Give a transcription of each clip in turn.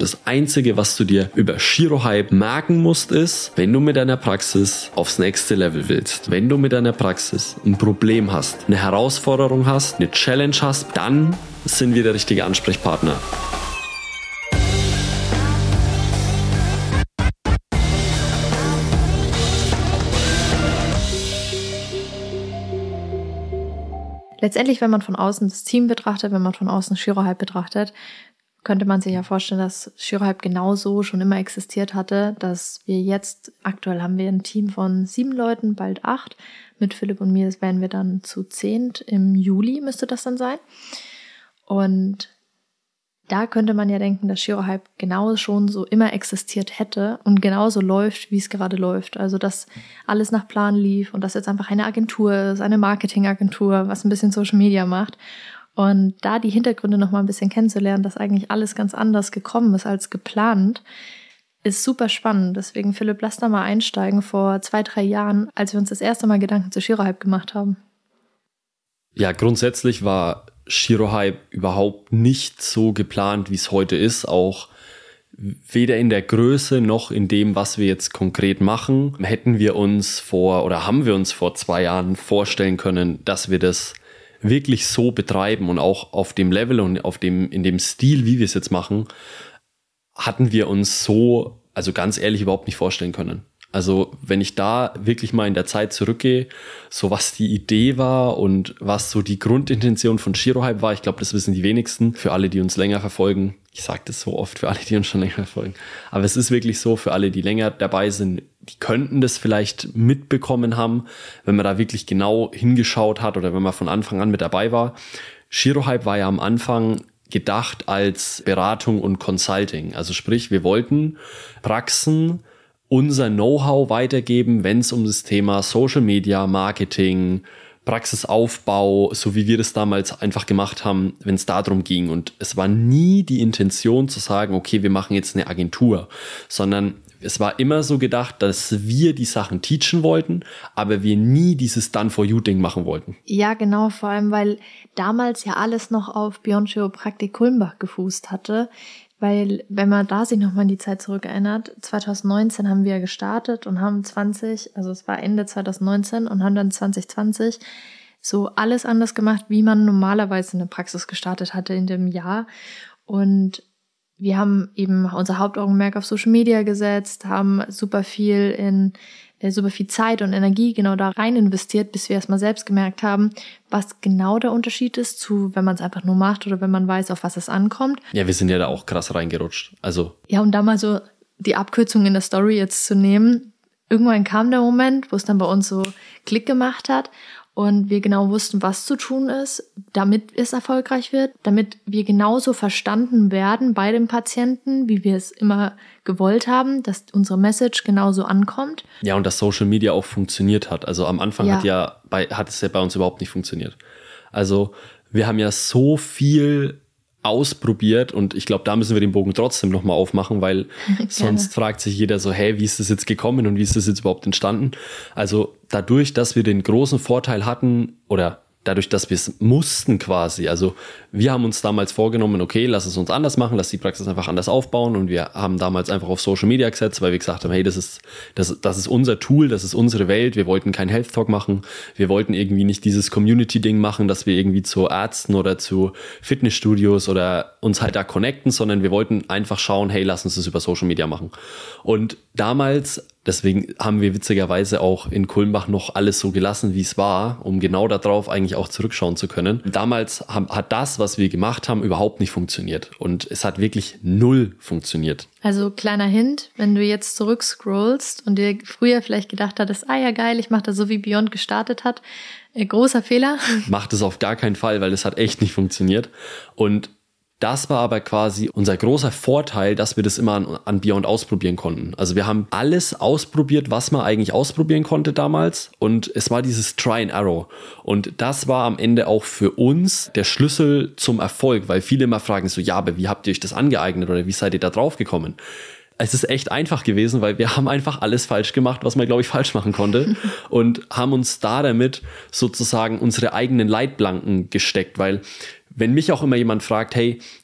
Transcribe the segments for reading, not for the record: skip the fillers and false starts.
Das Einzige, was du dir über Girohype merken musst, ist, wenn du mit deiner Praxis aufs nächste Level willst, wenn du mit deiner Praxis ein Problem hast, eine Herausforderung hast, eine Challenge hast, dann sind wir der richtige Ansprechpartner. Letztendlich, wenn man von außen das Team betrachtet, wenn man von außen Girohype betrachtet, könnte man sich ja vorstellen, dass Girohype genauso schon immer existiert hatte, dass wir jetzt, aktuell haben wir ein Team von 7 Leuten, bald 8. Mit Philipp und mir wären wir dann zu 10. Im Juli müsste das dann sein. Und da könnte man ja denken, dass Girohype genau schon so immer existiert hätte und genauso läuft, wie es gerade läuft. Also, dass alles nach Plan lief und dass jetzt einfach eine Agentur ist, eine Marketingagentur, was ein bisschen Social Media macht. Und da die Hintergründe noch mal ein bisschen kennenzulernen, dass eigentlich alles ganz anders gekommen ist als geplant, ist super spannend. Deswegen, Philipp, lass da mal einsteigen vor 2-3 Jahren, als wir uns das erste Mal Gedanken zu Girohype gemacht haben. Ja, grundsätzlich war Girohype überhaupt nicht so geplant, wie es heute ist, auch weder in der Größe noch in dem, was wir jetzt konkret machen. Haben wir uns vor 2 Jahren vorstellen können, dass wir das wirklich so betreiben und auch auf dem Level und in dem Stil, wie wir es jetzt machen, hatten wir uns so, also ganz ehrlich, überhaupt nicht vorstellen können. Also wenn ich da wirklich mal in der Zeit zurückgehe, so was die Idee war und was so die Grundintention von Girohype war, ich glaube, das wissen die wenigsten. Für alle, die uns länger verfolgen, ich sage das so oft, für alle, die uns schon länger verfolgen, aber es ist wirklich so, für alle, die länger dabei sind, die könnten das vielleicht mitbekommen haben, wenn man da wirklich genau hingeschaut hat oder wenn man von Anfang an mit dabei war. Girohype war ja am Anfang gedacht als Beratung und Consulting. Also sprich, wir wollten Praxen unser Know-how weitergeben, wenn es um das Thema Social Media, Marketing, Praxisaufbau, so wie wir das damals einfach gemacht haben, wenn es darum ging. Und es war nie die Intention zu sagen, okay, wir machen jetzt eine Agentur, sondern es war immer so gedacht, dass wir die Sachen teachen wollten, aber wir nie dieses Done-for-You-Ding machen wollten. Ja, genau, vor allem, weil damals ja alles noch auf Beyond Chiropraktik Kulmbach gefußt hatte. Weil, wenn man da sich nochmal in die Zeit zurückerinnert, 2019 haben wir gestartet und haben es war Ende 2019 und haben dann 2020 so alles anders gemacht, wie man normalerweise eine Praxis gestartet hatte in dem Jahr. Und wir haben eben unser Hauptaugenmerk auf Social Media gesetzt, haben super viel Zeit und Energie genau da rein investiert, bis wir erstmal selbst gemerkt haben, was genau der Unterschied ist zu, wenn man es einfach nur macht oder wenn man weiß, auf was es ankommt. Ja, wir sind ja da auch krass reingerutscht. Ja, und da mal so die Abkürzung in der Story jetzt zu nehmen. Irgendwann kam der Moment, wo es dann bei uns so Klick gemacht hat und wir genau wussten, was zu tun ist, damit es erfolgreich wird, damit wir genauso verstanden werden bei den Patienten, wie wir es immer gewollt haben, dass unsere Message genauso ankommt. Ja, und dass Social Media auch funktioniert hat. Also am Anfang hat es ja bei uns überhaupt nicht funktioniert. Also wir haben ja so viel ausprobiert und ich glaube, da müssen wir den Bogen trotzdem nochmal aufmachen, weil sonst fragt sich jeder so, hey, wie ist das jetzt gekommen und wie ist das jetzt überhaupt entstanden? Also dadurch, dass wir den großen Vorteil hatten oder dadurch, dass wir es mussten quasi, also wir haben uns damals vorgenommen, okay, lass es uns anders machen, lass die Praxis einfach anders aufbauen und wir haben damals einfach auf Social Media gesetzt, weil wir gesagt haben, hey, das ist unser Tool, das ist unsere Welt, wir wollten kein Health Talk machen, wir wollten irgendwie nicht dieses Community-Ding machen, dass wir irgendwie zu Ärzten oder zu Fitnessstudios oder uns halt da connecten, sondern wir wollten einfach schauen, hey, lass uns das über Social Media machen. Und damals, deswegen haben wir witzigerweise auch in Kulmbach noch alles so gelassen, wie es war, um genau darauf eigentlich auch zurückschauen zu können. Damals hat das, was wir gemacht haben, überhaupt nicht funktioniert. Und es hat wirklich 0 funktioniert. Also kleiner Hint, wenn du jetzt zurückscrollst und dir früher vielleicht gedacht hattest, ja geil, ich mache das so, wie Beyond gestartet hat, großer Fehler. Macht es auf gar keinen Fall, weil es hat echt nicht funktioniert. Und das war aber quasi unser großer Vorteil, dass wir das immer an Beyond ausprobieren konnten. Also wir haben alles ausprobiert, was man eigentlich ausprobieren konnte damals. Und es war dieses Try and Error. Und das war am Ende auch für uns der Schlüssel zum Erfolg, weil viele immer fragen so, ja, aber wie habt ihr euch das angeeignet oder wie seid ihr da drauf gekommen? Es ist echt einfach gewesen, weil wir haben einfach alles falsch gemacht, was man, glaube ich, falsch machen konnte und haben uns da damit sozusagen unsere eigenen Leitplanken gesteckt, weil wenn mich auch immer jemand fragt, hey,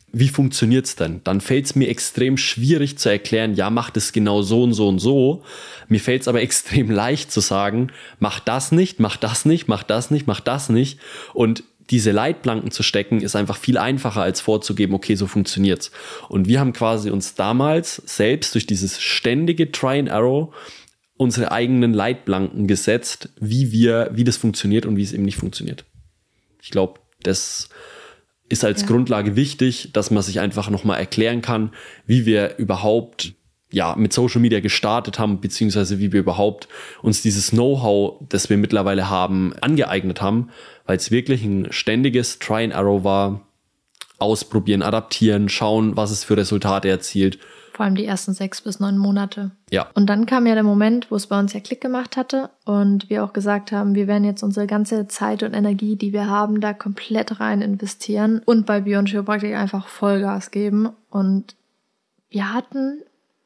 wie funktioniert es denn? Dann fällt es mir extrem schwierig zu erklären, ja, mach das genau so und so und so. Mir fällt es aber extrem leicht zu sagen, mach das nicht, mach das nicht, mach das nicht, mach das nicht. Und diese Leitplanken zu stecken, ist einfach viel einfacher, als vorzugeben, okay, so funktioniert's. Und wir haben quasi uns damals selbst durch dieses ständige Try and Error unsere eigenen Leitplanken gesetzt, wie das funktioniert und wie es eben nicht funktioniert. Ich glaube, das ist als Grundlage wichtig, dass man sich einfach nochmal erklären kann, wie wir überhaupt mit Social Media gestartet haben, beziehungsweise wie wir überhaupt uns dieses Know-how, das wir mittlerweile haben, angeeignet haben, weil es wirklich ein ständiges Try and Error war, ausprobieren, adaptieren, schauen, was es für Resultate erzielt. Vor allem die ersten 6 bis 9 Monate. Ja. Und dann kam ja der Moment, wo es bei uns ja Klick gemacht hatte und wir auch gesagt haben, wir werden jetzt unsere ganze Zeit und Energie, die wir haben, da komplett rein investieren und bei Beyond Chiropraktik einfach Vollgas geben. Und wir hatten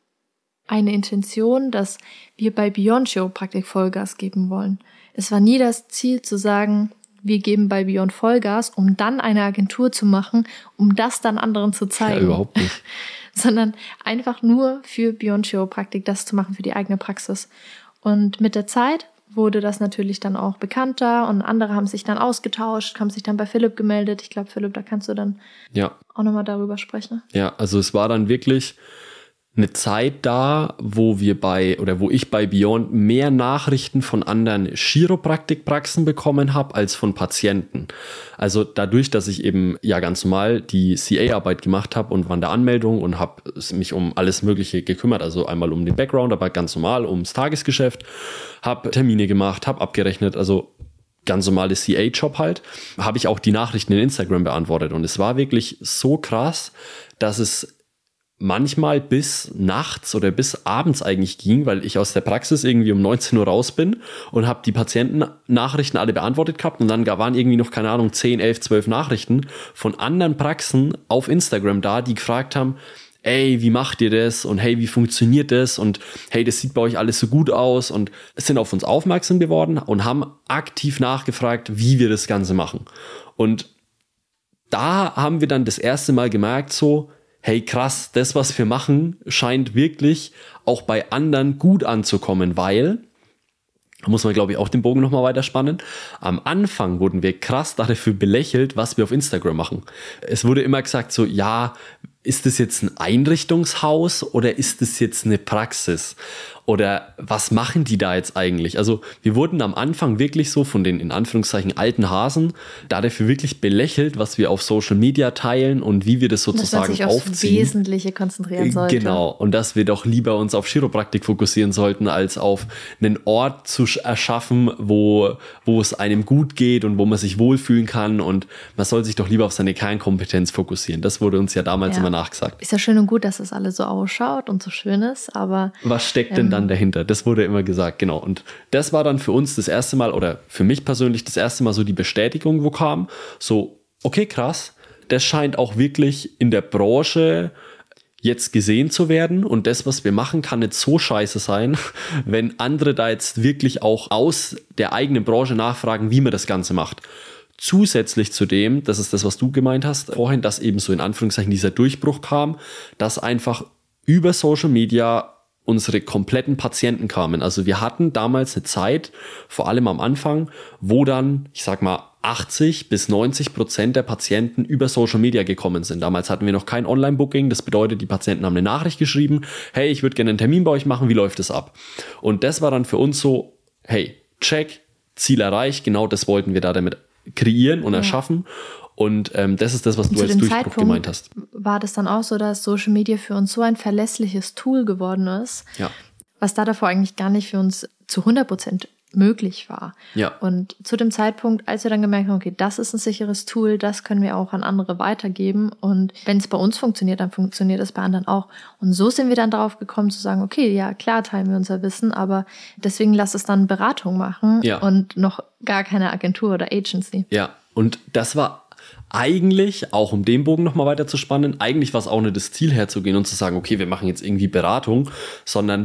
eine Intention, dass wir bei Beyond Chiropraktik Vollgas geben wollen. Es war nie das Ziel zu sagen, wir geben bei Beyond Vollgas, um dann eine Agentur zu machen, um das dann anderen zu zeigen. Ja, überhaupt nicht. Sondern einfach nur für Beyond Chiropraktik das zu machen, für die eigene Praxis. Und mit der Zeit wurde das natürlich dann auch bekannter und andere haben sich dann ausgetauscht, haben sich dann bei Philipp gemeldet. Ich glaube, Philipp, da kannst du dann auch nochmal darüber sprechen. Ja, also es war dann wirklich eine Zeit da, wo ich bei Beyond mehr Nachrichten von anderen Chiropraktikpraxen bekommen habe als von Patienten. Also dadurch, dass ich eben ganz normal die CA-Arbeit gemacht habe und war in der Anmeldung und habe mich um alles Mögliche gekümmert, also einmal um den Background, aber ganz normal ums Tagesgeschäft, habe Termine gemacht, habe abgerechnet, also ganz normales CA-Job halt, habe ich auch die Nachrichten in Instagram beantwortet und es war wirklich so krass, dass es manchmal bis nachts oder bis abends eigentlich ging, weil ich aus der Praxis irgendwie um 19 Uhr raus bin und habe die Patientennachrichten alle beantwortet gehabt und dann waren irgendwie noch, keine Ahnung, 10, 11, 12 Nachrichten von anderen Praxen auf Instagram da, die gefragt haben, ey, wie macht ihr das? Und hey, wie funktioniert das? Und hey, das sieht bei euch alles so gut aus und sind auf uns aufmerksam geworden und haben aktiv nachgefragt, wie wir das Ganze machen. Und da haben wir dann das erste Mal gemerkt, so, hey krass, das, was wir machen, scheint wirklich auch bei anderen gut anzukommen, weil, da muss man, glaube ich, auch den Bogen nochmal weiterspannen, am Anfang wurden wir krass dafür belächelt, was wir auf Instagram machen. Es wurde immer gesagt so, ja, ist das jetzt ein Einrichtungshaus oder ist das jetzt eine Praxis? Oder was machen die da jetzt eigentlich? Also wir wurden am Anfang wirklich so von den in Anführungszeichen alten Hasen dafür wirklich belächelt, was wir auf Social Media teilen und wie wir das sozusagen aufziehen. Dass man sich aufs Wesentliche konzentrieren sollte. Genau, und dass wir doch lieber uns auf Chiropraktik fokussieren sollten, als auf einen Ort zu erschaffen, wo es einem gut geht und wo man sich wohlfühlen kann und man soll sich doch lieber auf seine Kernkompetenz fokussieren. Das wurde uns ja damals immer nachgesagt. Ist ja schön und gut, dass das alles so ausschaut und so schön ist, aber was steckt denn dann dahinter? Das wurde immer gesagt, genau. Und das war dann für uns das erste Mal oder für mich persönlich das erste Mal so die Bestätigung, wo kam, so, okay, krass, das scheint auch wirklich in der Branche jetzt gesehen zu werden und das, was wir machen, kann nicht so scheiße sein, wenn andere da jetzt wirklich auch aus der eigenen Branche nachfragen, wie man das Ganze macht. Zusätzlich zu dem, das ist das, was du gemeint hast vorhin, dass eben so in Anführungszeichen dieser Durchbruch kam, dass einfach über Social Media unsere kompletten Patienten kamen. Also wir hatten damals eine Zeit, vor allem am Anfang, wo dann, ich sag mal, 80-90% der Patienten über Social Media gekommen sind. Damals hatten wir noch kein Online-Booking. Das bedeutet, die Patienten haben eine Nachricht geschrieben, hey, ich würde gerne einen Termin bei euch machen, wie läuft es ab? Und das war dann für uns so, hey, check, Ziel erreicht, genau das wollten wir da damit kreieren und erschaffen. Und das ist das, was du als Durchbruch gemeint hast. War das dann auch so, dass Social Media für uns so ein verlässliches Tool geworden ist, was da davor eigentlich gar nicht für uns zu 100% möglich war. Ja. Und zu dem Zeitpunkt, als wir dann gemerkt haben, okay, das ist ein sicheres Tool, das können wir auch an andere weitergeben und wenn es bei uns funktioniert, dann funktioniert es bei anderen auch. Und so sind wir dann drauf gekommen zu sagen, okay, ja, klar teilen wir unser Wissen, aber deswegen lass es dann Beratung machen und noch gar keine Agentur oder Agency. Ja, und das war eigentlich, auch um den Bogen nochmal weiter zu spannen, eigentlich war es auch nicht das Ziel herzugehen und zu sagen, okay, wir machen jetzt irgendwie Beratung, sondern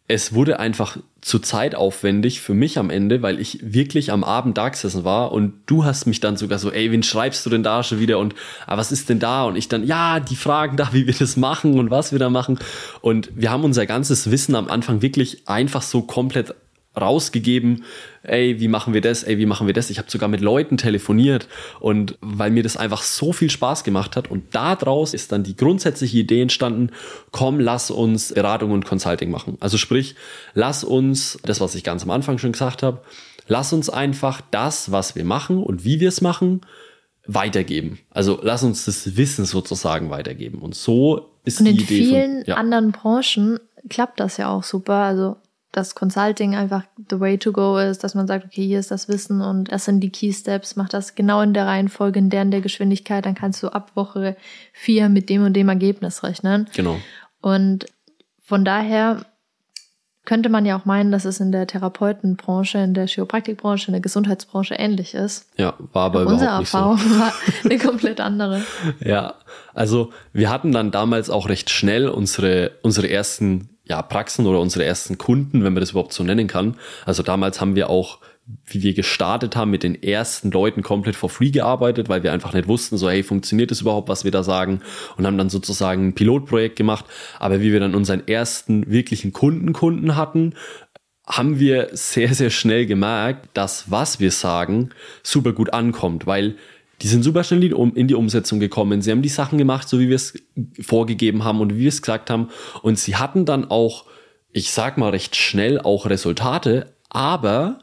es wurde einfach zu zeitaufwendig für mich am Ende, weil ich wirklich am Abend da gesessen war und du hast mich dann sogar so, ey, wen schreibst du denn da schon wieder und was ist denn da? Und ich dann, ja, die Fragen da, wie wir das machen und was wir da machen. Und wir haben unser ganzes Wissen am Anfang wirklich einfach so komplett rausgegeben, ey, wie machen wir das, ey, wie machen wir das? Ich habe sogar mit Leuten telefoniert und weil mir das einfach so viel Spaß gemacht hat und daraus ist dann die grundsätzliche Idee entstanden, komm, lass uns Beratung und Consulting machen. Also sprich, lass uns, das was ich ganz am Anfang schon gesagt habe, lass uns einfach das, was wir machen und wie wir es machen, weitergeben. Also lass uns das Wissen sozusagen weitergeben und so ist die Idee. Und in vielen anderen Branchen klappt das ja auch super, also dass Consulting einfach the way to go ist, dass man sagt, okay, hier ist das Wissen und das sind die Key Steps, mach das genau in der Reihenfolge, in der Geschwindigkeit, dann kannst du ab Woche 4 mit dem und dem Ergebnis rechnen. Genau. Und von daher könnte man ja auch meinen, dass es in der Therapeutenbranche, in der Chiropraktikbranche, in der Gesundheitsbranche ähnlich ist. Ja, war aber überhaupt nicht so. Unsere Erfahrung war eine komplett andere. Ja, also wir hatten dann damals auch recht schnell unsere ersten Praxen oder unsere ersten Kunden, wenn man das überhaupt so nennen kann. Also damals haben wir auch, wie wir gestartet haben, mit den ersten Leuten komplett for free gearbeitet, weil wir einfach nicht wussten, so hey, funktioniert das überhaupt, was wir da sagen? Und haben dann sozusagen ein Pilotprojekt gemacht. Aber wie wir dann unseren ersten wirklichen Kunden hatten, haben wir sehr, sehr schnell gemerkt, dass was wir sagen, super gut ankommt, weil die sind super schnell in die Umsetzung gekommen. Sie haben die Sachen gemacht, so wie wir es vorgegeben haben und wie wir es gesagt haben. Und sie hatten dann auch, ich sag mal, recht schnell auch Resultate. Aber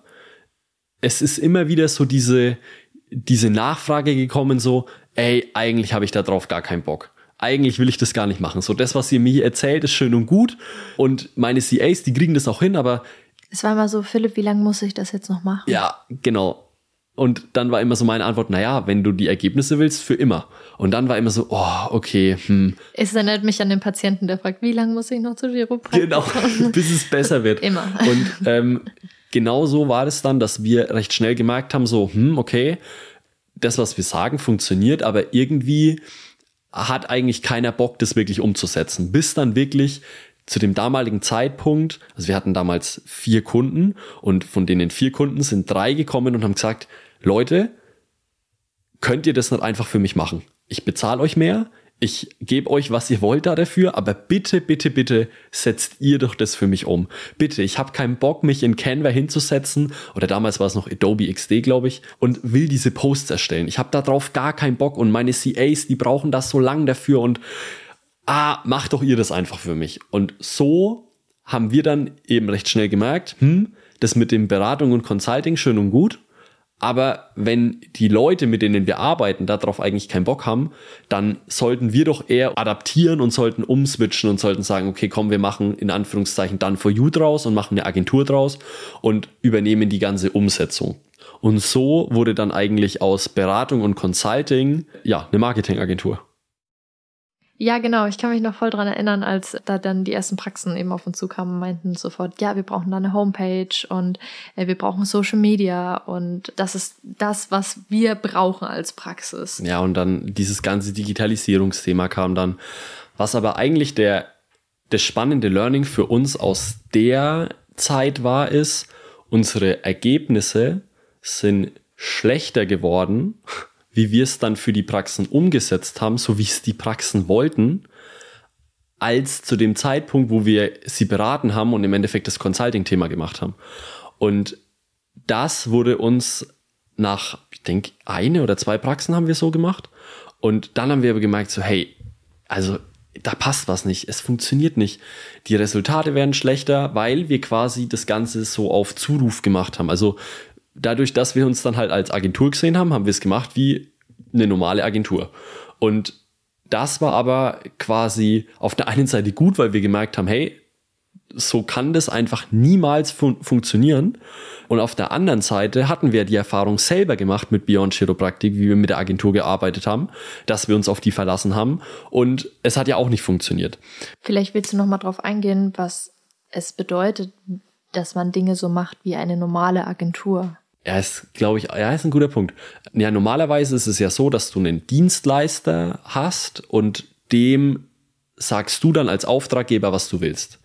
es ist immer wieder so diese Nachfrage gekommen, so, ey, eigentlich habe ich da drauf gar keinen Bock. Eigentlich will ich das gar nicht machen. So, das, was ihr mir hier erzählt, ist schön und gut. Und meine CAs, die kriegen das auch hin, aber... Es war immer so, Philipp, wie lange muss ich das jetzt noch machen? Ja, genau. Und dann war immer so meine Antwort, naja, wenn du die Ergebnisse willst, für immer. Und dann war immer so, oh, okay. Es erinnert mich an den Patienten, der fragt, wie lange muss ich noch zu Chiropraktik? Genau, bis es besser wird. Immer. Und genau so war es dann, dass wir recht schnell gemerkt haben, so, okay, das, was wir sagen, funktioniert, aber irgendwie hat eigentlich keiner Bock, das wirklich umzusetzen. Bis dann wirklich zu dem damaligen Zeitpunkt, also wir hatten damals 4 Kunden und von denen 4 Kunden sind 3 gekommen und haben gesagt, Leute, könnt ihr das nicht einfach für mich machen? Ich bezahle euch mehr, ich gebe euch, was ihr wollt da dafür, aber bitte, bitte, bitte setzt ihr doch das für mich um. Bitte, ich habe keinen Bock, mich in Canva hinzusetzen, oder damals war es noch Adobe XD, glaube ich, und will diese Posts erstellen. Ich habe da drauf gar keinen Bock und meine CAs, die brauchen das so lang dafür und macht doch ihr das einfach für mich. Und so haben wir dann eben recht schnell gemerkt, das mit dem Beratung und Consulting schön und gut, aber wenn die Leute, mit denen wir arbeiten, darauf eigentlich keinen Bock haben, dann sollten wir doch eher adaptieren und sollten umswitchen und sollten sagen, okay, komm, wir machen in Anführungszeichen Done for You draus und machen eine Agentur draus und übernehmen die ganze Umsetzung. Und so wurde dann eigentlich aus Beratung und Consulting, eine Marketingagentur. Ja, genau. Ich kann mich noch voll dran erinnern, als da dann die ersten Praxen eben auf uns zukamen und meinten sofort, ja, wir brauchen da eine Homepage und wir brauchen Social Media und das ist das, was wir brauchen als Praxis. Ja, und dann dieses ganze Digitalisierungsthema kam dann, was aber eigentlich das spannende Learning für uns aus der Zeit war, ist, unsere Ergebnisse sind schlechter geworden, wie wir es dann für die Praxen umgesetzt haben, so wie es die Praxen wollten, als zu dem Zeitpunkt, wo wir sie beraten haben und im Endeffekt das Consulting-Thema gemacht haben. Und das wurde uns nach, ich denke, 1 oder 2 Praxen haben wir so gemacht. Und dann haben wir aber gemerkt, so hey, also da passt was nicht, es funktioniert nicht. Die Resultate werden schlechter, weil wir quasi das Ganze so auf Zuruf gemacht haben. Also dadurch, dass wir uns dann halt als Agentur gesehen haben, haben wir es gemacht wie eine normale Agentur. Und das war aber quasi auf der einen Seite gut, weil wir gemerkt haben, hey, so kann das einfach niemals funktionieren. Und auf der anderen Seite hatten wir die Erfahrung selber gemacht mit Beyond Chiropraktik, wie wir mit der Agentur gearbeitet haben, dass wir uns auf die verlassen haben. Und es hat ja auch nicht funktioniert. Vielleicht willst du noch mal drauf eingehen, was es bedeutet, dass man Dinge so macht wie eine normale Agentur. Ist ein guter Punkt. Ja, normalerweise ist es ja so, dass du einen Dienstleister hast und dem sagst du dann als Auftraggeber, was du willst.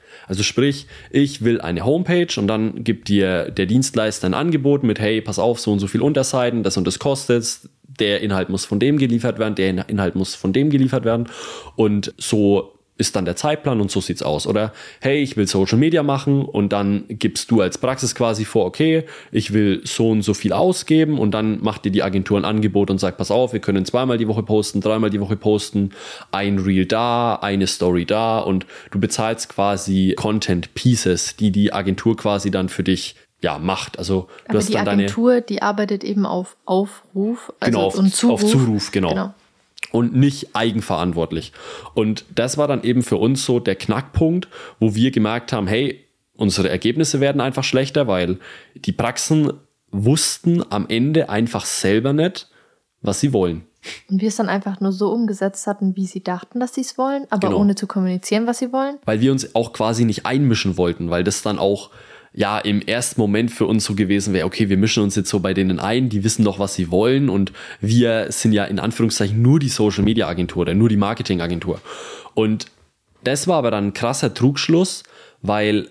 Also sprich, ich will eine Homepage und dann gibt dir der Dienstleister ein Angebot mit, hey, pass auf, so und so viel Unterseiten, das und das kostet, der Inhalt muss von dem geliefert werden, der Inhalt muss von dem geliefert werden und so ist dann der Zeitplan und so sieht's aus. Oder hey, ich will Social Media machen und dann gibst du als Praxis quasi vor, okay, ich will so und so viel ausgeben und dann macht dir die Agentur ein Angebot und sagt, pass auf, wir können 2-mal die Woche posten, 3-mal die Woche posten, ein Reel da, eine Story da und du bezahlst quasi Content Pieces, die Agentur quasi dann für dich macht. Also du hast die dann Agentur, die arbeitet eben auf Aufruf, also genau, und Zuruf. auf Zuruf, genau. Und nicht eigenverantwortlich. Und das war dann eben für uns so der Knackpunkt, wo wir gemerkt haben, hey, unsere Ergebnisse werden einfach schlechter, weil die Praxen wussten am Ende einfach selber nicht, was sie wollen. Und wir es dann einfach nur so umgesetzt hatten, wie sie dachten, dass sie es wollen, aber ohne zu kommunizieren, was sie wollen. Weil wir uns auch quasi nicht einmischen wollten, weil das dann auch im ersten Moment für uns so gewesen wäre, okay, wir mischen uns jetzt so bei denen ein, die wissen doch, was sie wollen und wir sind ja in Anführungszeichen nur die Social-Media-Agentur oder nur die Marketing-Agentur. Und das war aber dann ein krasser Trugschluss, weil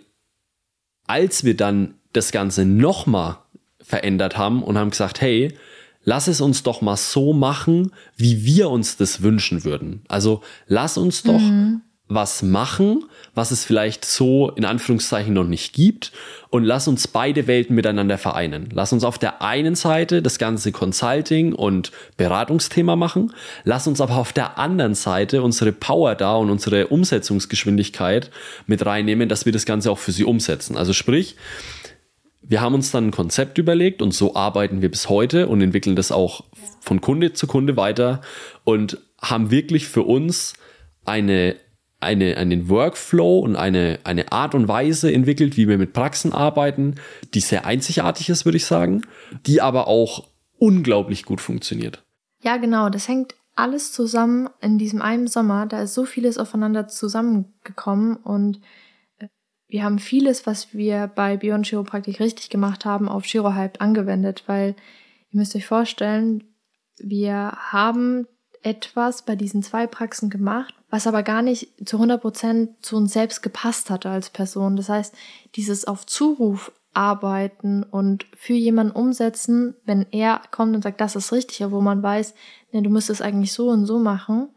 als wir dann das Ganze nochmal verändert haben und haben gesagt, hey, lass es uns doch mal so machen, wie wir uns das wünschen würden. Also lass uns doch was machen, was es vielleicht so in Anführungszeichen noch nicht gibt und lass uns beide Welten miteinander vereinen. Lass uns auf der einen Seite das ganze Consulting und Beratungsthema machen, lass uns aber auf der anderen Seite unsere Power da und unsere Umsetzungsgeschwindigkeit mit reinnehmen, dass wir das Ganze auch für sie umsetzen. Also sprich, wir haben uns dann ein Konzept überlegt und so arbeiten wir bis heute und entwickeln das auch von Kunde zu Kunde weiter und haben wirklich für uns einen Workflow und eine Art und Weise entwickelt, wie wir mit Praxen arbeiten, die sehr einzigartig ist, würde ich sagen, die aber auch unglaublich gut funktioniert. Ja, genau. Das hängt alles zusammen in diesem einen Sommer. Da ist so vieles aufeinander zusammengekommen und wir haben vieles, was wir bei Beyond Chiropraktik richtig gemacht haben, auf Chirohype angewendet, weil ihr müsst euch vorstellen, wir haben etwas bei diesen 2 Praxen gemacht, was aber gar nicht zu 100% zu uns selbst gepasst hatte als Person. Das heißt, dieses auf Zuruf arbeiten und für jemanden umsetzen, wenn er kommt und sagt, das ist richtig, aber wo man weiß, ne, du müsstest eigentlich so und so machen,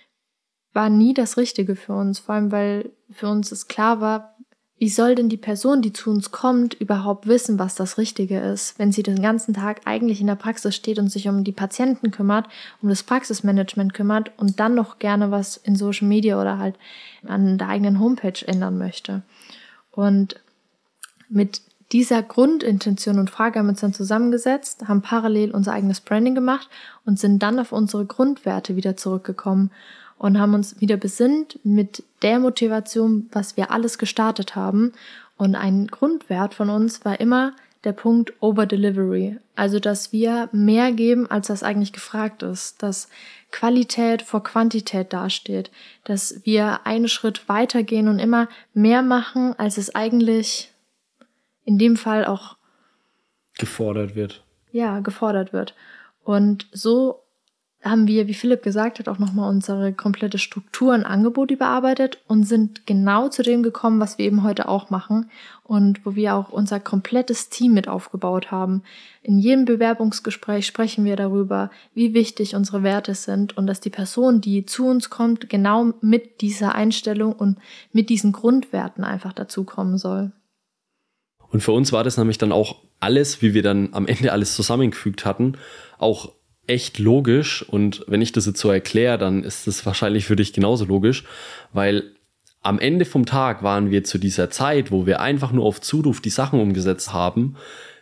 war nie das Richtige für uns. Vor allem, weil für uns es klar war, wie soll denn die Person, die zu uns kommt, überhaupt wissen, was das Richtige ist, wenn sie den ganzen Tag eigentlich in der Praxis steht und sich um die Patienten kümmert, um das Praxismanagement kümmert und dann noch gerne was in Social Media oder halt an der eigenen Homepage ändern möchte. Und mit dieser Grundintention und Frage haben wir uns dann zusammengesetzt, haben parallel unser eigenes Branding gemacht und sind dann auf unsere Grundwerte wieder zurückgekommen und haben uns wieder besinnt mit der Motivation, was wir alles gestartet haben. Und ein Grundwert von uns war immer der Punkt Over-Delivery. Also, dass wir mehr geben, als das eigentlich gefragt ist. Dass Qualität vor Quantität dasteht. Dass wir einen Schritt weitergehen und immer mehr machen, als es eigentlich in dem Fall auch gefordert wird. Ja, gefordert wird. Und so haben wir, wie Philipp gesagt hat, auch nochmal unsere komplette Struktur und Angebot überarbeitet und sind genau zu dem gekommen, was wir eben heute auch machen und wo wir auch unser komplettes Team mit aufgebaut haben. In jedem Bewerbungsgespräch sprechen wir darüber, wie wichtig unsere Werte sind und dass die Person, die zu uns kommt, genau mit dieser Einstellung und mit diesen Grundwerten einfach dazukommen soll. Und für uns war das nämlich dann auch alles, wie wir dann am Ende alles zusammengefügt hatten, auch echt logisch. Und wenn ich das jetzt so erkläre, dann ist das wahrscheinlich für dich genauso logisch, weil am Ende vom Tag waren wir zu dieser Zeit, wo wir einfach nur auf Zuruf die Sachen umgesetzt haben,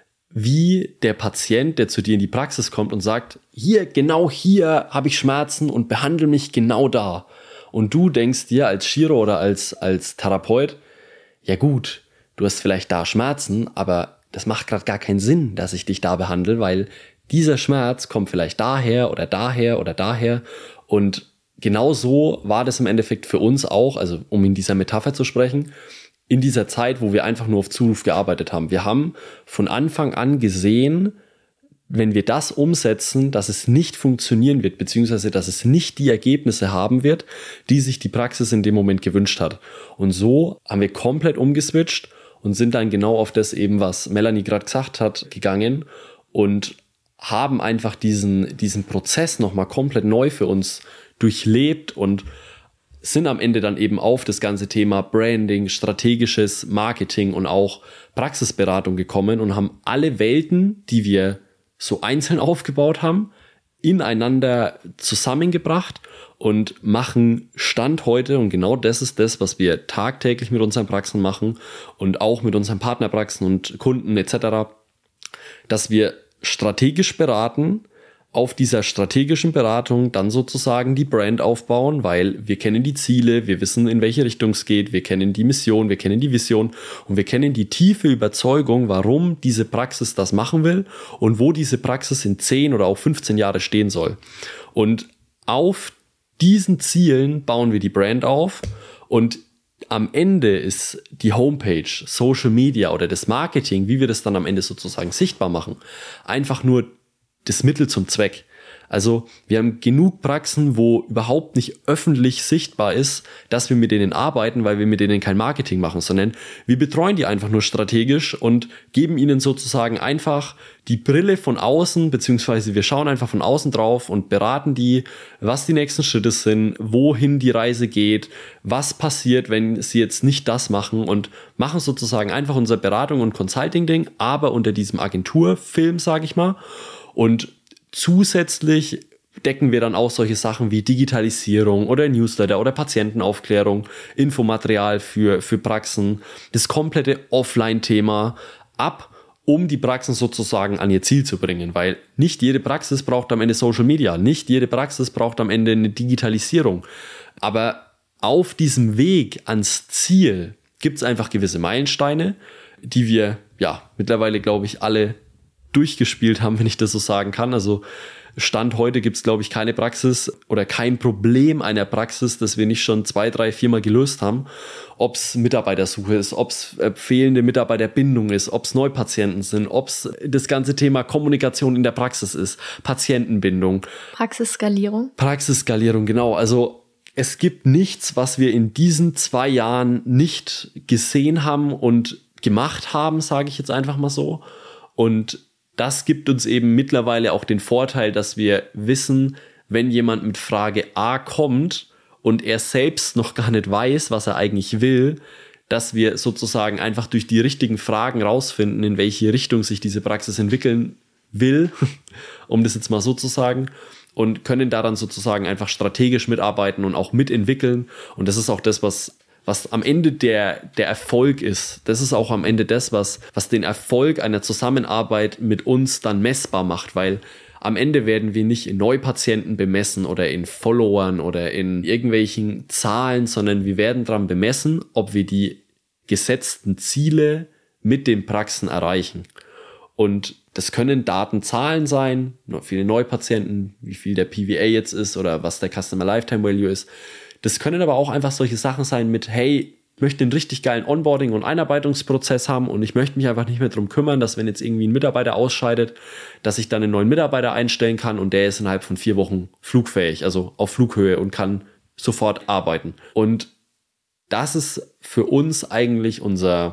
wie der Patient, der zu dir in die Praxis kommt und sagt, genau hier habe ich Schmerzen und behandle mich genau da. Und du denkst dir als Chiro oder als Therapeut, ja gut, du hast vielleicht da Schmerzen, aber das macht gerade gar keinen Sinn, dass ich dich da behandle, weil dieser Schmerz kommt vielleicht daher oder daher oder daher. Und genau so war das im Endeffekt für uns auch, also um in dieser Metapher zu sprechen, in dieser Zeit, wo wir einfach nur auf Zuruf gearbeitet haben. Wir haben von Anfang an gesehen, wenn wir das umsetzen, dass es nicht funktionieren wird, beziehungsweise dass es nicht die Ergebnisse haben wird, die sich die Praxis in dem Moment gewünscht hat. Und so haben wir komplett umgeswitcht und sind dann genau auf das eben, was Melanie gerade gesagt hat, gegangen und haben einfach diesen Prozess nochmal komplett neu für uns durchlebt und sind am Ende dann eben auf das ganze Thema Branding, strategisches Marketing und auch Praxisberatung gekommen und haben alle Welten, die wir so einzeln aufgebaut haben, ineinander zusammengebracht und machen Stand heute, und genau das ist das, was wir tagtäglich mit unseren Praxen machen und auch mit unseren Partnerpraxen und Kunden etc., dass wir strategisch beraten, auf dieser strategischen Beratung dann sozusagen die Brand aufbauen, weil wir kennen die Ziele, wir wissen, in welche Richtung es geht, wir kennen die Mission, wir kennen die Vision und wir kennen die tiefe Überzeugung, warum diese Praxis das machen will und wo diese Praxis in 10 oder auch 15 Jahre stehen soll. Und auf diesen Zielen bauen wir die Brand auf und am Ende ist die Homepage, Social Media oder das Marketing, wie wir das dann am Ende sozusagen sichtbar machen, einfach nur das Mittel zum Zweck. Also wir haben genug Praxen, wo überhaupt nicht öffentlich sichtbar ist, dass wir mit denen arbeiten, weil wir mit denen kein Marketing machen, sondern wir betreuen die einfach nur strategisch und geben ihnen sozusagen einfach die Brille von außen, beziehungsweise wir schauen einfach von außen drauf und beraten die, was die nächsten Schritte sind, wohin die Reise geht, was passiert, wenn sie jetzt nicht das machen und machen sozusagen einfach unser Beratung- und Consulting-Ding, aber unter diesem Agenturfilm, sage ich mal. Und zusätzlich decken wir dann auch solche Sachen wie Digitalisierung oder Newsletter oder Patientenaufklärung, Infomaterial für Praxen, das komplette Offline-Thema ab, um die Praxen sozusagen an ihr Ziel zu bringen. Weil nicht jede Praxis braucht am Ende Social Media, nicht jede Praxis braucht am Ende eine Digitalisierung. Aber auf diesem Weg ans Ziel gibt es einfach gewisse Meilensteine, die wir mittlerweile, glaube ich, alle durchgespielt haben, wenn ich das so sagen kann. Also Stand heute gibt es, glaube ich, keine Praxis oder kein Problem einer Praxis, das wir nicht schon 2, 3, 4 Mal gelöst haben. Ob es Mitarbeitersuche ist, ob es fehlende Mitarbeiterbindung ist, ob es Neupatienten sind, ob es das ganze Thema Kommunikation in der Praxis ist, Patientenbindung. Praxisskalierung, genau. Also es gibt nichts, was wir in diesen 2 Jahren nicht gesehen haben und gemacht haben, sage ich jetzt einfach mal so. Und das gibt uns eben mittlerweile auch den Vorteil, dass wir wissen, wenn jemand mit Frage A kommt und er selbst noch gar nicht weiß, was er eigentlich will, dass wir sozusagen einfach durch die richtigen Fragen rausfinden, in welche Richtung sich diese Praxis entwickeln will, um das jetzt mal so zu sagen, und können daran sozusagen einfach strategisch mitarbeiten und auch mitentwickeln. Und das ist auch das, was am Ende der Erfolg ist. Das ist auch am Ende das, was den Erfolg einer Zusammenarbeit mit uns dann messbar macht, weil am Ende werden wir nicht in Neupatienten bemessen oder in Followern oder in irgendwelchen Zahlen, sondern wir werden daran bemessen, ob wir die gesetzten Ziele mit den Praxen erreichen. Und das können Datenzahlen sein, wie viele Neupatienten, wie viel der PVA jetzt ist oder was der Customer Lifetime Value ist. Das können aber auch einfach solche Sachen sein mit, hey, ich möchte einen richtig geilen Onboarding- und Einarbeitungsprozess haben und ich möchte mich einfach nicht mehr darum kümmern, dass wenn jetzt irgendwie ein Mitarbeiter ausscheidet, dass ich dann einen neuen Mitarbeiter einstellen kann und der ist innerhalb von 4 Wochen flugfähig, also auf Flughöhe und kann sofort arbeiten. Und das ist für uns eigentlich unser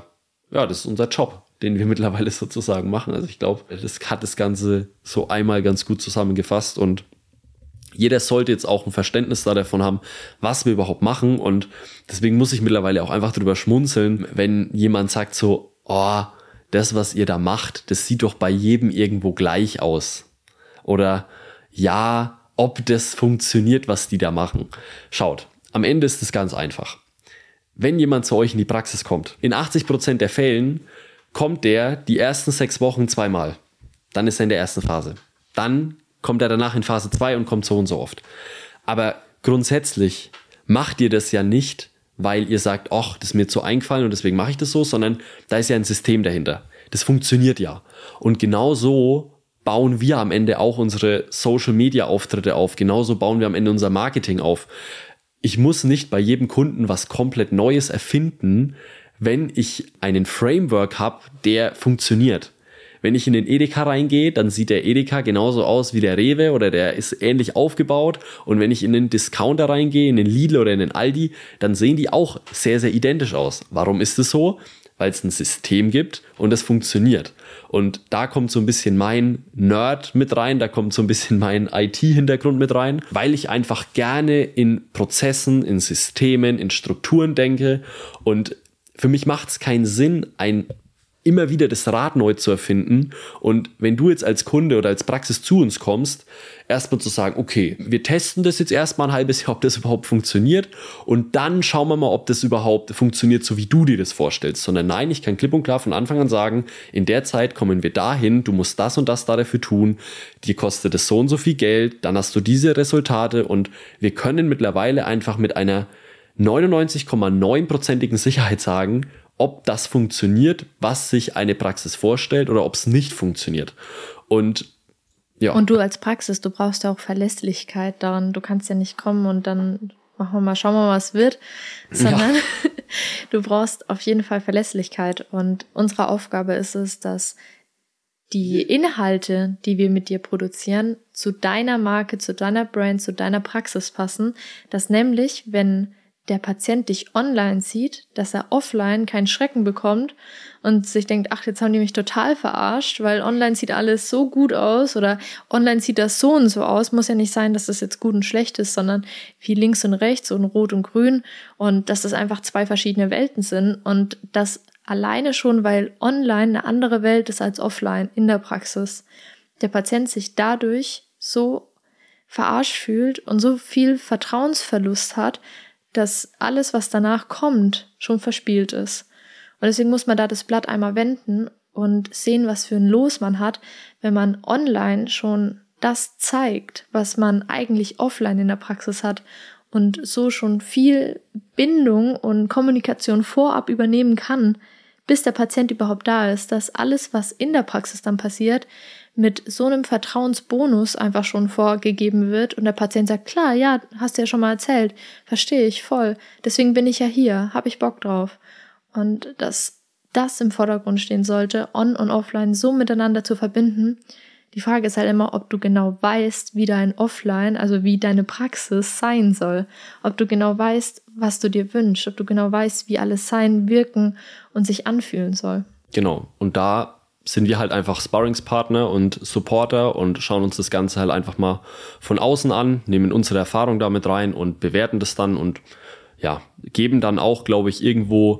Job, den wir mittlerweile sozusagen machen. Also ich glaube, das hat das Ganze so einmal ganz gut zusammengefasst und jeder sollte jetzt auch ein Verständnis davon haben, was wir überhaupt machen. Und deswegen muss ich mittlerweile auch einfach drüber schmunzeln, wenn jemand sagt so, oh, das, was ihr da macht, das sieht doch bei jedem irgendwo gleich aus. Oder ja, ob das funktioniert, was die da machen. Schaut, am Ende ist es ganz einfach. Wenn jemand zu euch in die Praxis kommt, in 80% der Fällen kommt der die ersten 6 Wochen 2-mal. Dann ist er in der ersten Phase. Dann kommt er danach in Phase 2 und kommt so und so oft. Aber grundsätzlich macht ihr das ja nicht, weil ihr sagt, ach, das ist mir zu eingefallen und deswegen mache ich das so, sondern da ist ja ein System dahinter. Das funktioniert ja. Und genau so bauen wir am Ende auch unsere Social-Media-Auftritte auf. Genauso bauen wir am Ende unser Marketing auf. Ich muss nicht bei jedem Kunden was komplett Neues erfinden, wenn ich einen Framework habe, der funktioniert. wenn ich in den Edeka reingehe, dann sieht der Edeka genauso aus wie der Rewe oder der ist ähnlich aufgebaut. Und wenn ich in den Discounter reingehe, in den Lidl oder in den Aldi, dann sehen die auch sehr, sehr identisch aus. Warum ist es so? Weil es ein System gibt und es funktioniert. Und da kommt so ein bisschen mein Nerd mit rein, da kommt so ein bisschen mein IT-Hintergrund mit rein, weil ich einfach gerne in Prozessen, in Systemen, in Strukturen denke. Und für mich macht es keinen Sinn, immer wieder das Rad neu zu erfinden. Und wenn du jetzt als Kunde oder als Praxis zu uns kommst, erstmal zu sagen, okay, wir testen das jetzt erstmal ein halbes Jahr, ob das überhaupt funktioniert und dann schauen wir mal, ob das überhaupt funktioniert, so wie du dir das vorstellst. Sondern nein, ich kann klipp und klar von Anfang an sagen, in der Zeit kommen wir dahin, du musst das und das dafür tun, dir kostet es so und so viel Geld, dann hast du diese Resultate und wir können mittlerweile einfach mit einer 99,9%igen Sicherheit sagen, ob das funktioniert, was sich eine Praxis vorstellt oder ob es nicht funktioniert. Und ja. Und du als Praxis, du brauchst ja auch Verlässlichkeit daran. Du kannst ja nicht kommen und dann schauen wir mal, was wird, sondern du brauchst auf jeden Fall Verlässlichkeit. Und unsere Aufgabe ist es, dass die Inhalte, die wir mit dir produzieren, zu deiner Marke, zu deiner Brand, zu deiner Praxis passen, dass nämlich, wenn der Patient dich online sieht, dass er offline keinen Schrecken bekommt und sich denkt, ach, jetzt haben die mich total verarscht, weil online sieht alles so gut aus oder online sieht das so und so aus. Muss ja nicht sein, dass das jetzt gut und schlecht ist, sondern wie links und rechts und rot und grün und dass das einfach zwei verschiedene Welten sind und das alleine schon, weil online eine andere Welt ist als offline in der Praxis. Der Patient sich dadurch so verarscht fühlt und so viel Vertrauensverlust hat, dass alles, was danach kommt, schon verspielt ist. Und deswegen muss man da das Blatt einmal wenden und sehen, was für ein Los man hat, wenn man online schon das zeigt, was man eigentlich offline in der Praxis hat und so schon viel Bindung und Kommunikation vorab übernehmen kann, bis der Patient überhaupt da ist, dass alles, was in der Praxis dann passiert, mit so einem Vertrauensbonus einfach schon vorgegeben wird und der Patient sagt, klar, ja, hast du ja schon mal erzählt, verstehe ich voll, deswegen bin ich ja hier, habe ich Bock drauf. Und dass das im Vordergrund stehen sollte, on und offline so miteinander zu verbinden. Die Frage ist halt immer, ob du genau weißt, wie dein Offline, also wie deine Praxis sein soll. Ob du genau weißt, was du dir wünschst, ob du genau weißt, wie alles sein, wirken und sich anfühlen soll. Genau, und da sind wir halt einfach Sparringspartner und Supporter und schauen uns das Ganze halt einfach mal von außen an, nehmen unsere Erfahrung damit rein und bewerten das dann und ja, geben dann auch, glaube ich, irgendwo,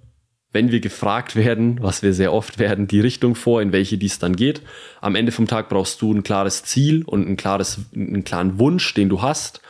wenn wir gefragt werden, was wir sehr oft werden, die Richtung vor, in welche dies dann geht. Am Ende vom Tag brauchst du ein klares Ziel und einen klaren Wunsch, den du hast.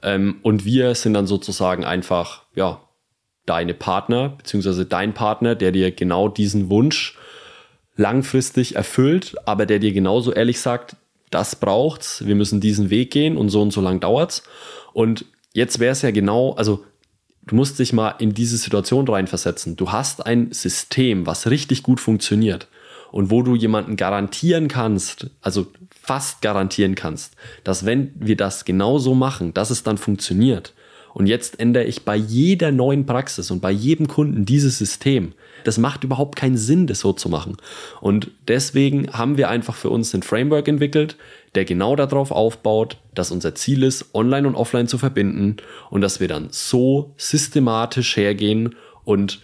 Und wir sind dann sozusagen einfach, ja, deine Partner, beziehungsweise dein Partner, der dir genau diesen Wunsch langfristig erfüllt, aber der dir genauso ehrlich sagt, das braucht's, wir müssen diesen Weg gehen und so lang dauert's. Und jetzt wäre es ja genau, also du musst dich mal in diese Situation reinversetzen. Du hast ein System, was richtig gut funktioniert und wo du jemanden garantieren kannst, also fast garantieren kannst, dass wenn wir das genauso machen, dass es dann funktioniert. Und jetzt ändere ich bei jeder neuen Praxis und bei jedem Kunden dieses System. Das macht überhaupt keinen Sinn, das so zu machen. Und deswegen haben wir einfach für uns ein Framework entwickelt, der genau darauf aufbaut, dass unser Ziel ist, online und offline zu verbinden und dass wir dann so systematisch hergehen und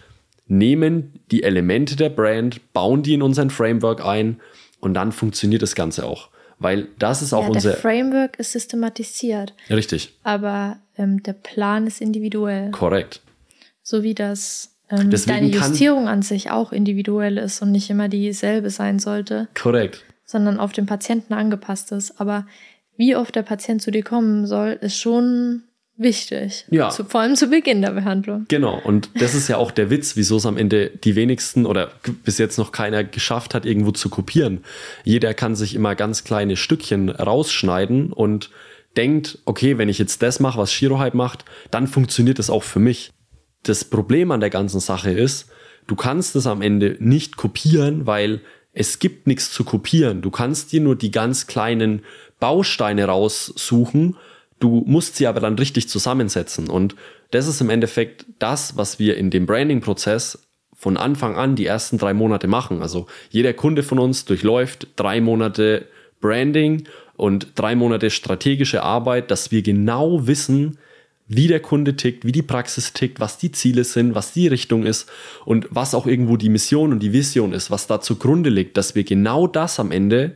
nehmen die Elemente der Brand, bauen die in unseren Framework ein und dann funktioniert das Ganze auch. Weil das ist auch unser... Der Framework ist systematisiert. Richtig. Aber der Plan ist individuell. Korrekt. So wie das deine Justierung an sich auch individuell ist und nicht immer dieselbe sein sollte. Korrekt. Sondern auf den Patienten angepasst ist. Aber wie oft der Patient zu dir kommen soll, ist schon wichtig. Ja. Vor allem zu Beginn der Behandlung. Genau. Und das ist ja auch der Witz, wieso es am Ende die wenigsten oder bis jetzt noch keiner geschafft hat, irgendwo zu kopieren. Jeder kann sich immer ganz kleine Stückchen rausschneiden und denkt, okay, wenn ich jetzt das mache, was Chirohype macht, dann funktioniert es auch für mich. Das Problem an der ganzen Sache ist, du kannst es am Ende nicht kopieren, weil es gibt nichts zu kopieren. Du kannst dir nur die ganz kleinen Bausteine raussuchen. Du musst sie aber dann richtig zusammensetzen. Und das ist im Endeffekt das, was wir in dem Branding-Prozess von Anfang an die ersten 3 Monate machen. Also jeder Kunde von uns durchläuft 3 Monate Branding und 3 Monate strategische Arbeit, dass wir genau wissen, wie der Kunde tickt, wie die Praxis tickt, was die Ziele sind, was die Richtung ist und was auch irgendwo die Mission und die Vision ist, was da zugrunde liegt, dass wir genau das am Ende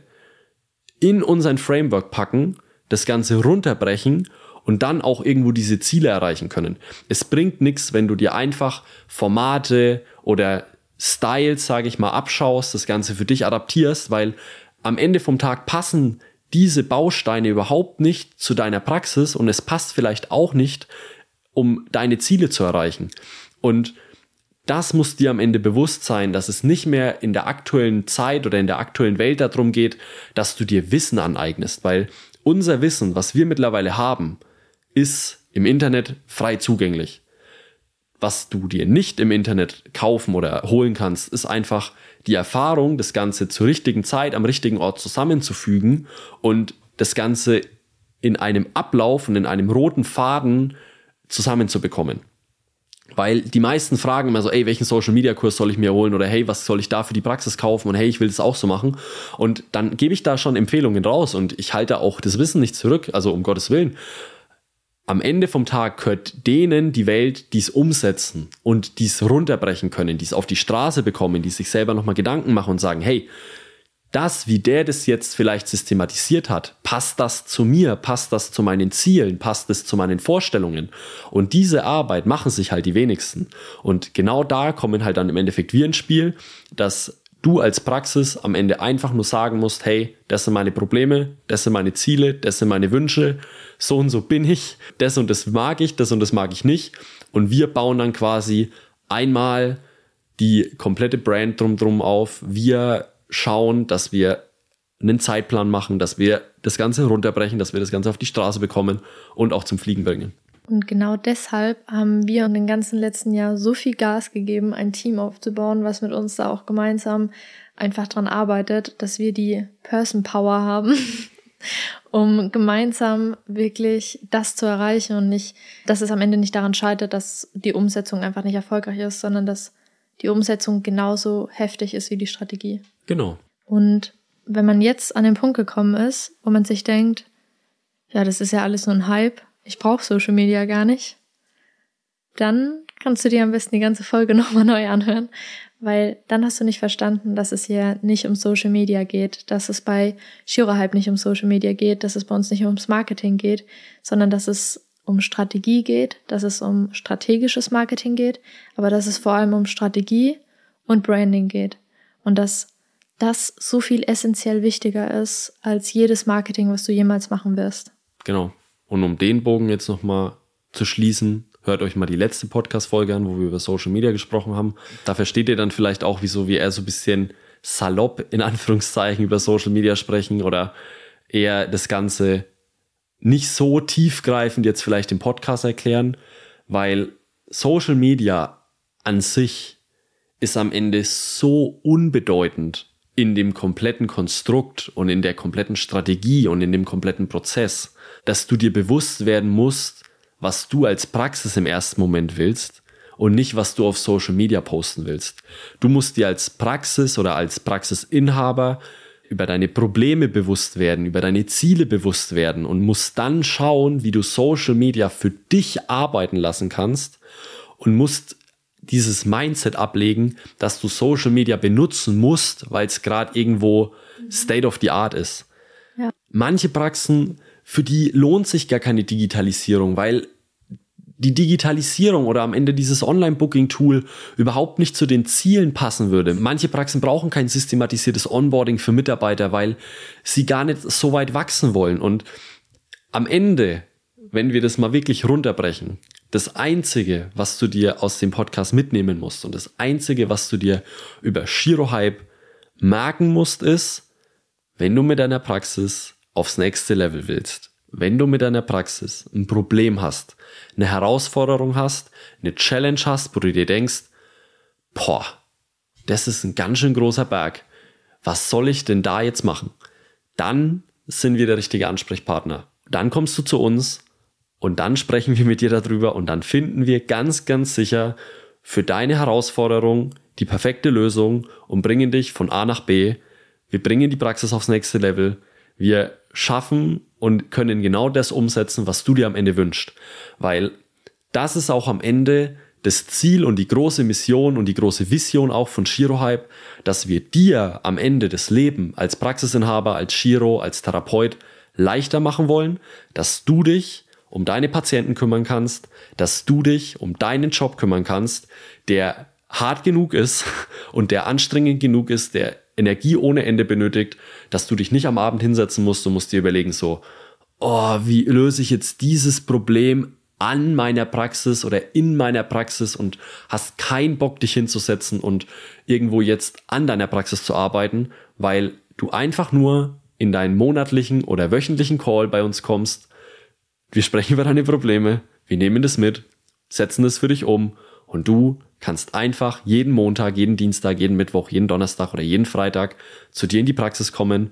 in unseren Framework packen, das Ganze runterbrechen und dann auch irgendwo diese Ziele erreichen können. Es bringt nichts, wenn du dir einfach Formate oder Styles, sage ich mal, abschaust, das Ganze für dich adaptierst, weil am Ende vom Tag passen diese Bausteine überhaupt nicht zu deiner Praxis und es passt vielleicht auch nicht, um deine Ziele zu erreichen. Und das muss dir am Ende bewusst sein, dass es nicht mehr in der aktuellen Zeit oder in der aktuellen Welt darum geht, dass du dir Wissen aneignest, weil unser Wissen, was wir mittlerweile haben, ist im Internet frei zugänglich. Was du dir nicht im Internet kaufen oder holen kannst, ist einfach die Erfahrung, das Ganze zur richtigen Zeit am richtigen Ort zusammenzufügen und das Ganze in einem Ablauf und in einem roten Faden zusammenzubekommen. Weil die meisten fragen immer so, ey, welchen Social-Media-Kurs soll ich mir holen oder hey, was soll ich da für die Praxis kaufen und hey, ich will das auch so machen. Und dann gebe ich da schon Empfehlungen raus und ich halte auch das Wissen nicht zurück, also um Gottes Willen. Am Ende vom Tag gehört denen die Welt, die es umsetzen und die es runterbrechen können, die es auf die Straße bekommen, die sich selber nochmal Gedanken machen und sagen, hey, das, wie der das jetzt vielleicht systematisiert hat, passt das zu mir, passt das zu meinen Zielen, passt das zu meinen Vorstellungen? Und diese Arbeit machen sich halt die wenigsten. Und genau da kommen halt dann im Endeffekt wir ins Spiel, dass du als Praxis am Ende einfach nur sagen musst, hey, das sind meine Probleme, das sind meine Ziele, das sind meine Wünsche, so und so bin ich, das und das mag ich, das und das mag ich nicht. Und wir bauen dann quasi einmal die komplette Brand drumherum auf. Wir schauen, dass wir einen Zeitplan machen, dass wir das Ganze runterbrechen, dass wir das Ganze auf die Straße bekommen und auch zum Fliegen bringen. Und genau deshalb haben wir in den ganzen letzten Jahr so viel Gas gegeben, ein Team aufzubauen, was mit uns da auch gemeinsam einfach dran arbeitet, dass wir die Person Power haben, um gemeinsam wirklich das zu erreichen und nicht, dass es am Ende nicht daran scheitert, dass die Umsetzung einfach nicht erfolgreich ist, sondern dass die Umsetzung genauso heftig ist wie die Strategie. Genau. Und wenn man jetzt an den Punkt gekommen ist, wo man sich denkt, ja, das ist ja alles nur ein Hype, ich brauche Social Media gar nicht, dann kannst du dir am besten die ganze Folge nochmal neu anhören, weil dann hast du nicht verstanden, dass es hier nicht um Social Media geht, dass es bei Chirohype nicht um Social Media geht, dass es bei uns nicht ums Marketing geht, sondern dass es um Strategie geht, dass es um strategisches Marketing geht, aber dass es vor allem um Strategie und Branding geht und dass das so viel essentiell wichtiger ist als jedes Marketing, was du jemals machen wirst. Genau. Und um den Bogen jetzt nochmal zu schließen, hört euch mal die letzte Podcast-Folge an, wo wir über Social Media gesprochen haben. Da versteht ihr dann vielleicht auch, wieso wir eher so ein bisschen salopp in Anführungszeichen über Social Media sprechen oder eher das Ganze nicht so tiefgreifend jetzt vielleicht im Podcast erklären, weil Social Media an sich ist am Ende so unbedeutend in dem kompletten Konstrukt und in der kompletten Strategie und in dem kompletten Prozess, dass du dir bewusst werden musst, was du als Praxis im ersten Moment willst und nicht, was du auf Social Media posten willst. Du musst dir als Praxis oder als Praxisinhaber über deine Probleme bewusst werden, über deine Ziele bewusst werden und musst dann schauen, wie du Social Media für dich arbeiten lassen kannst und musst dieses Mindset ablegen, dass du Social Media benutzen musst, weil es gerade irgendwo State of the Art ist. Ja. Manche Praxen, für die lohnt sich gar keine Digitalisierung, weil die Digitalisierung oder am Ende dieses Online-Booking-Tool überhaupt nicht zu den Zielen passen würde. Manche Praxen brauchen kein systematisiertes Onboarding für Mitarbeiter, weil sie gar nicht so weit wachsen wollen. Und am Ende, wenn wir das mal wirklich runterbrechen, das Einzige, was du dir aus dem Podcast mitnehmen musst und das Einzige, was du dir über Chirohype merken musst, ist, wenn du mit deiner Praxis aufs nächste Level willst, wenn du mit deiner Praxis ein Problem hast, eine Herausforderung hast, eine Challenge hast, wo du dir denkst, boah, das ist ein ganz schön großer Berg, was soll ich denn da jetzt machen? Dann sind wir der richtige Ansprechpartner. Dann kommst du zu uns und dann sprechen wir mit dir darüber und dann finden wir ganz, ganz sicher für deine Herausforderung die perfekte Lösung und bringen dich von A nach B. Wir bringen die Praxis aufs nächste Level. Wir schaffen und können genau das umsetzen, was du dir am Ende wünschst. Weil das ist auch am Ende das Ziel und die große Mission und die große Vision auch von Chirohype, dass wir dir am Ende das Leben als Praxisinhaber, als Chiro, als Therapeut leichter machen wollen, dass du dich um deine Patienten kümmern kannst, dass du dich um deinen Job kümmern kannst, der hart genug ist und der anstrengend genug ist, der Energie ohne Ende benötigt, dass du dich nicht am Abend hinsetzen musst und musst dir überlegen so, oh, wie löse ich jetzt dieses Problem an meiner Praxis oder in meiner Praxis und hast keinen Bock, dich hinzusetzen und irgendwo jetzt an deiner Praxis zu arbeiten, weil du einfach nur in deinen monatlichen oder wöchentlichen Call bei uns kommst. Wir sprechen über deine Probleme, wir nehmen das mit, setzen das für dich um und du kannst einfach jeden Montag, jeden Dienstag, jeden Mittwoch, jeden Donnerstag oder jeden Freitag zu dir in die Praxis kommen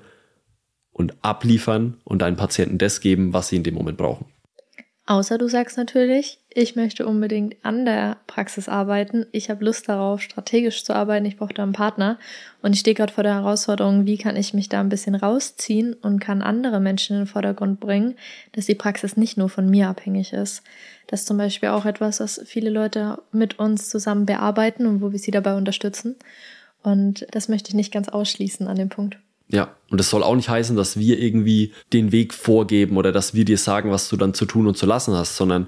und abliefern und deinen Patienten das geben, was sie in dem Moment brauchen. Außer du sagst natürlich, ich möchte unbedingt an der Praxis arbeiten, ich habe Lust darauf, strategisch zu arbeiten, ich brauche da einen Partner und ich stehe gerade vor der Herausforderung, wie kann ich mich da ein bisschen rausziehen und kann andere Menschen in den Vordergrund bringen, dass die Praxis nicht nur von mir abhängig ist. Das ist zum Beispiel auch etwas, was viele Leute mit uns zusammen bearbeiten und wo wir sie dabei unterstützen. Und das möchte ich nicht ganz ausschließen an dem Punkt. Ja, und das soll auch nicht heißen, dass wir irgendwie den Weg vorgeben oder dass wir dir sagen, was du dann zu tun und zu lassen hast, sondern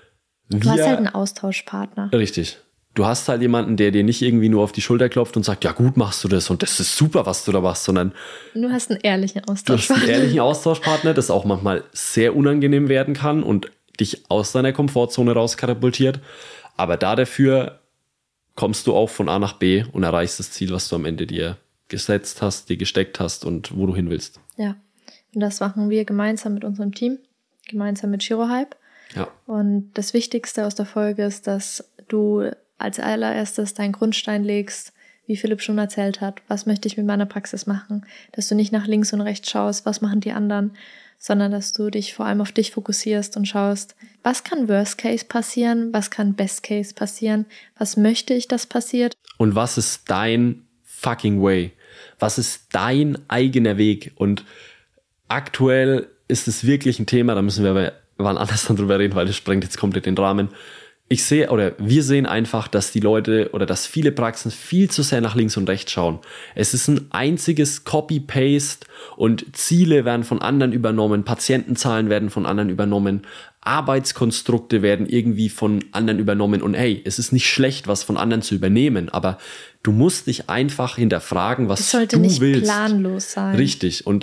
du hast halt einen Austauschpartner. Richtig. Du hast halt jemanden, der dir nicht irgendwie nur auf die Schulter klopft und sagt, ja gut, machst du das und das ist super, was du da machst, sondern du hast einen ehrlichen Austauschpartner. Du hast einen ehrlichen Austauschpartner, das auch manchmal sehr unangenehm werden kann und dich aus deiner Komfortzone rauskatapultiert. Aber dafür kommst du auch von A nach B und erreichst das Ziel, was du am Ende dir gesetzt hast, dir gesteckt hast und wo du hin willst. Ja, und das machen wir gemeinsam mit unserem Team, gemeinsam mit Chirohype. Ja. Und das Wichtigste aus der Folge ist, dass du als allererstes deinen Grundstein legst, wie Philipp schon erzählt hat, was möchte ich mit meiner Praxis machen, dass du nicht nach links und rechts schaust, was machen die anderen, sondern dass du dich vor allem auf dich fokussierst und schaust, was kann Worst Case passieren, was kann Best Case passieren, was möchte ich, dass passiert. Und was ist dein fucking way? Was ist dein eigener Weg? Und aktuell ist es wirklich ein Thema, da müssen wir aber wann anders dann drüber reden, weil das sprengt jetzt komplett den Rahmen. Wir sehen einfach, dass die Leute oder dass viele Praxen viel zu sehr nach links und rechts schauen. Es ist ein einziges Copy-Paste und Ziele werden von anderen übernommen, Patientenzahlen werden von anderen übernommen, Arbeitskonstrukte werden irgendwie von anderen übernommen und hey, es ist nicht schlecht, was von anderen zu übernehmen, aber du musst dich einfach hinterfragen, was du willst. Es sollte nicht planlos sein. Richtig. Und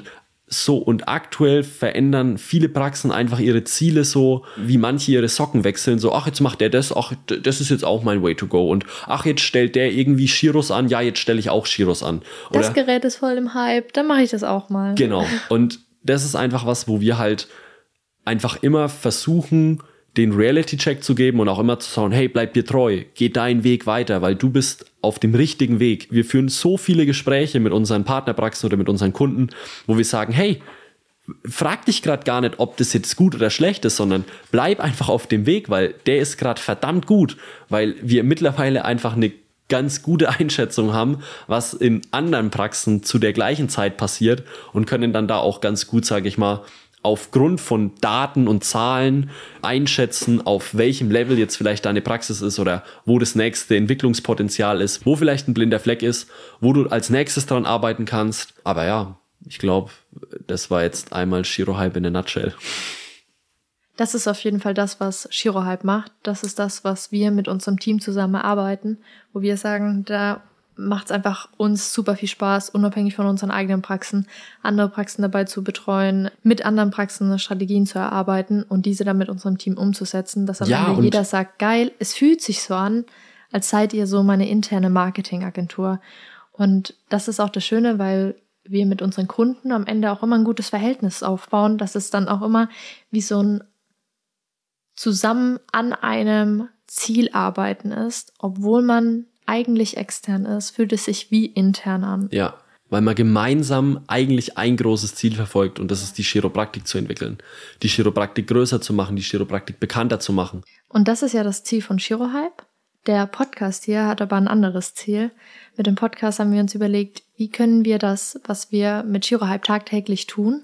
aktuell verändern viele Praxen einfach ihre Ziele so, wie manche ihre Socken wechseln, so, ach, jetzt macht der das, ach, das ist jetzt auch mein Way to go und ach, jetzt stellt der irgendwie Chiros an, ja, jetzt stelle ich auch Chiros an. Oder, das Gerät ist voll im Hype, dann mache ich das auch mal. Genau, und das ist einfach was, wo wir halt einfach immer versuchen, den Reality-Check zu geben und auch immer zu sagen, hey, bleib dir treu, geh deinen Weg weiter, weil du bist auf dem richtigen Weg. Wir führen so viele Gespräche mit unseren Partnerpraxen oder mit unseren Kunden, wo wir sagen, hey, frag dich gerade gar nicht, ob das jetzt gut oder schlecht ist, sondern bleib einfach auf dem Weg, weil der ist gerade verdammt gut, weil wir mittlerweile einfach eine ganz gute Einschätzung haben, was in anderen Praxen zu der gleichen Zeit passiert und können dann da auch ganz gut, sage ich mal, aufgrund von Daten und Zahlen einschätzen, auf welchem Level jetzt vielleicht deine Praxis ist oder wo das nächste Entwicklungspotenzial ist, wo vielleicht ein blinder Fleck ist, wo du als nächstes dran arbeiten kannst. Aber ja, ich glaube, das war jetzt einmal Chirohype in a nutshell. Das ist auf jeden Fall das, was Chirohype macht. Das ist das, was wir mit unserem Team zusammen erarbeiten, wo wir sagen, da macht es einfach uns super viel Spaß, unabhängig von unseren eigenen Praxen, andere Praxen dabei zu betreuen, mit anderen Praxen Strategien zu erarbeiten und diese dann mit unserem Team umzusetzen, dass am Ende jeder sagt, geil, es fühlt sich so an, als seid ihr so meine interne Marketingagentur. Und das ist auch das Schöne, weil wir mit unseren Kunden am Ende auch immer ein gutes Verhältnis aufbauen, dass es dann auch immer wie so ein zusammen an einem Ziel arbeiten ist, obwohl man eigentlich extern ist, fühlt es sich wie intern an. Ja, weil man gemeinsam eigentlich ein großes Ziel verfolgt und das ist die Chiropraktik zu entwickeln, die Chiropraktik größer zu machen, die Chiropraktik bekannter zu machen. Und das ist ja das Ziel von Chirohype, Der Podcast hier hat aber ein anderes Ziel. Mit dem Podcast haben wir uns überlegt, wie können wir das, was wir mit Chirohype tagtäglich tun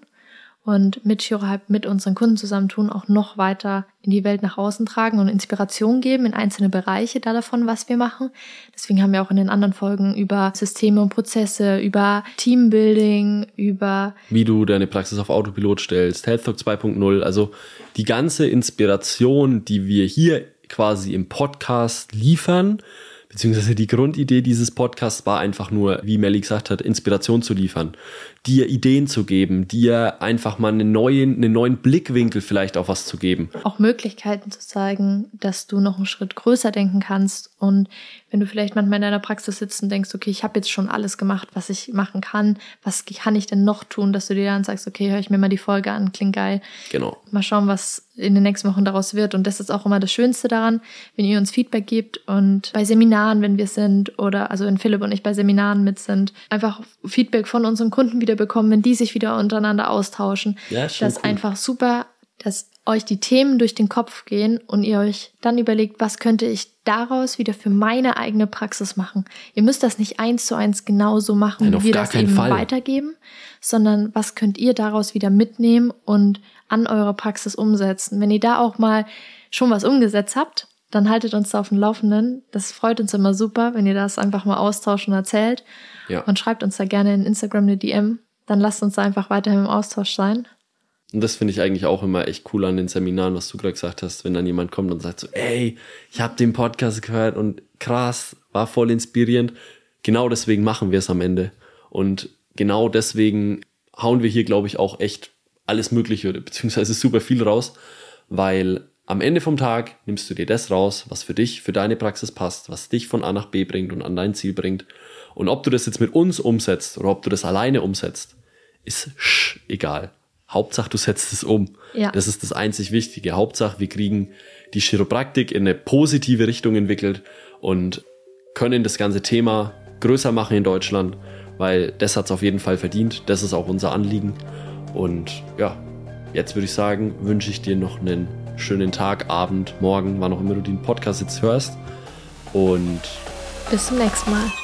und mit Chirohype mit unseren Kunden zusammentun, auch noch weiter in die Welt nach außen tragen und Inspiration geben in einzelne Bereiche davon, was wir machen. Deswegen haben wir auch in den anderen Folgen über Systeme und Prozesse, über Teambuilding, über wie du deine Praxis auf Autopilot stellst, Health Talk 2.0, also die ganze Inspiration, die wir hier quasi im Podcast liefern, beziehungsweise die Grundidee dieses Podcasts war einfach nur, wie Melli gesagt hat, Inspiration zu liefern, dir Ideen zu geben, dir einfach mal einen neuen Blickwinkel vielleicht auf was zu geben. Auch Möglichkeiten zu zeigen, dass du noch einen Schritt größer denken kannst. Und wenn du vielleicht manchmal in deiner Praxis sitzt und denkst, okay, ich habe jetzt schon alles gemacht, was ich machen kann, was kann ich denn noch tun, dass du dir dann sagst, okay, höre ich mir mal die Folge an, klingt geil. Genau. Mal schauen, was in den nächsten Wochen daraus wird. Und das ist auch immer das Schönste daran, wenn ihr uns Feedback gebt und bei Seminaren, wenn wir sind, oder also wenn Philipp und ich bei Seminaren mit sind, einfach Feedback von unseren Kunden wieder bekommen, wenn die sich wieder untereinander austauschen. Ja, schon das ist cool. einfach super, dass euch die Themen durch den Kopf gehen und ihr euch dann überlegt, was könnte ich daraus wieder für meine eigene Praxis machen. Ihr müsst das nicht 1:1 genauso machen, Nein, wie wir gar das keinen eben Fall. weitergeben, sondern was könnt ihr daraus wieder mitnehmen und an eurer Praxis umsetzen. Wenn ihr da auch mal schon was umgesetzt habt, dann haltet uns da auf dem Laufenden. Das freut uns immer super, wenn ihr das einfach mal austauscht und erzählt. Ja. Und schreibt uns da gerne in Instagram eine DM. Dann lasst uns da einfach weiterhin im Austausch sein. Und das finde ich eigentlich auch immer echt cool an den Seminaren, was du gerade gesagt hast, wenn dann jemand kommt und sagt so, ey, ich habe den Podcast gehört und krass, war voll inspirierend. Genau deswegen machen wir es am Ende. Und genau deswegen hauen wir hier, glaube ich, auch echt alles Mögliche, beziehungsweise super viel raus, weil am Ende vom Tag nimmst du dir das raus, was für dich, für deine Praxis passt, was dich von A nach B bringt und an dein Ziel bringt. Und ob du das jetzt mit uns umsetzt oder ob du das alleine umsetzt, ist egal. Hauptsache, du setzt es um. Ja. Das ist das einzig Wichtige. Hauptsache, wir kriegen die Chiropraktik in eine positive Richtung entwickelt und können das ganze Thema größer machen in Deutschland, weil das hat es auf jeden Fall verdient. Das ist auch unser Anliegen. Und ja, jetzt würde ich sagen, wünsche ich dir noch einen schönen Tag, Abend, Morgen, wann auch immer du den Podcast jetzt hörst. Und bis zum nächsten Mal.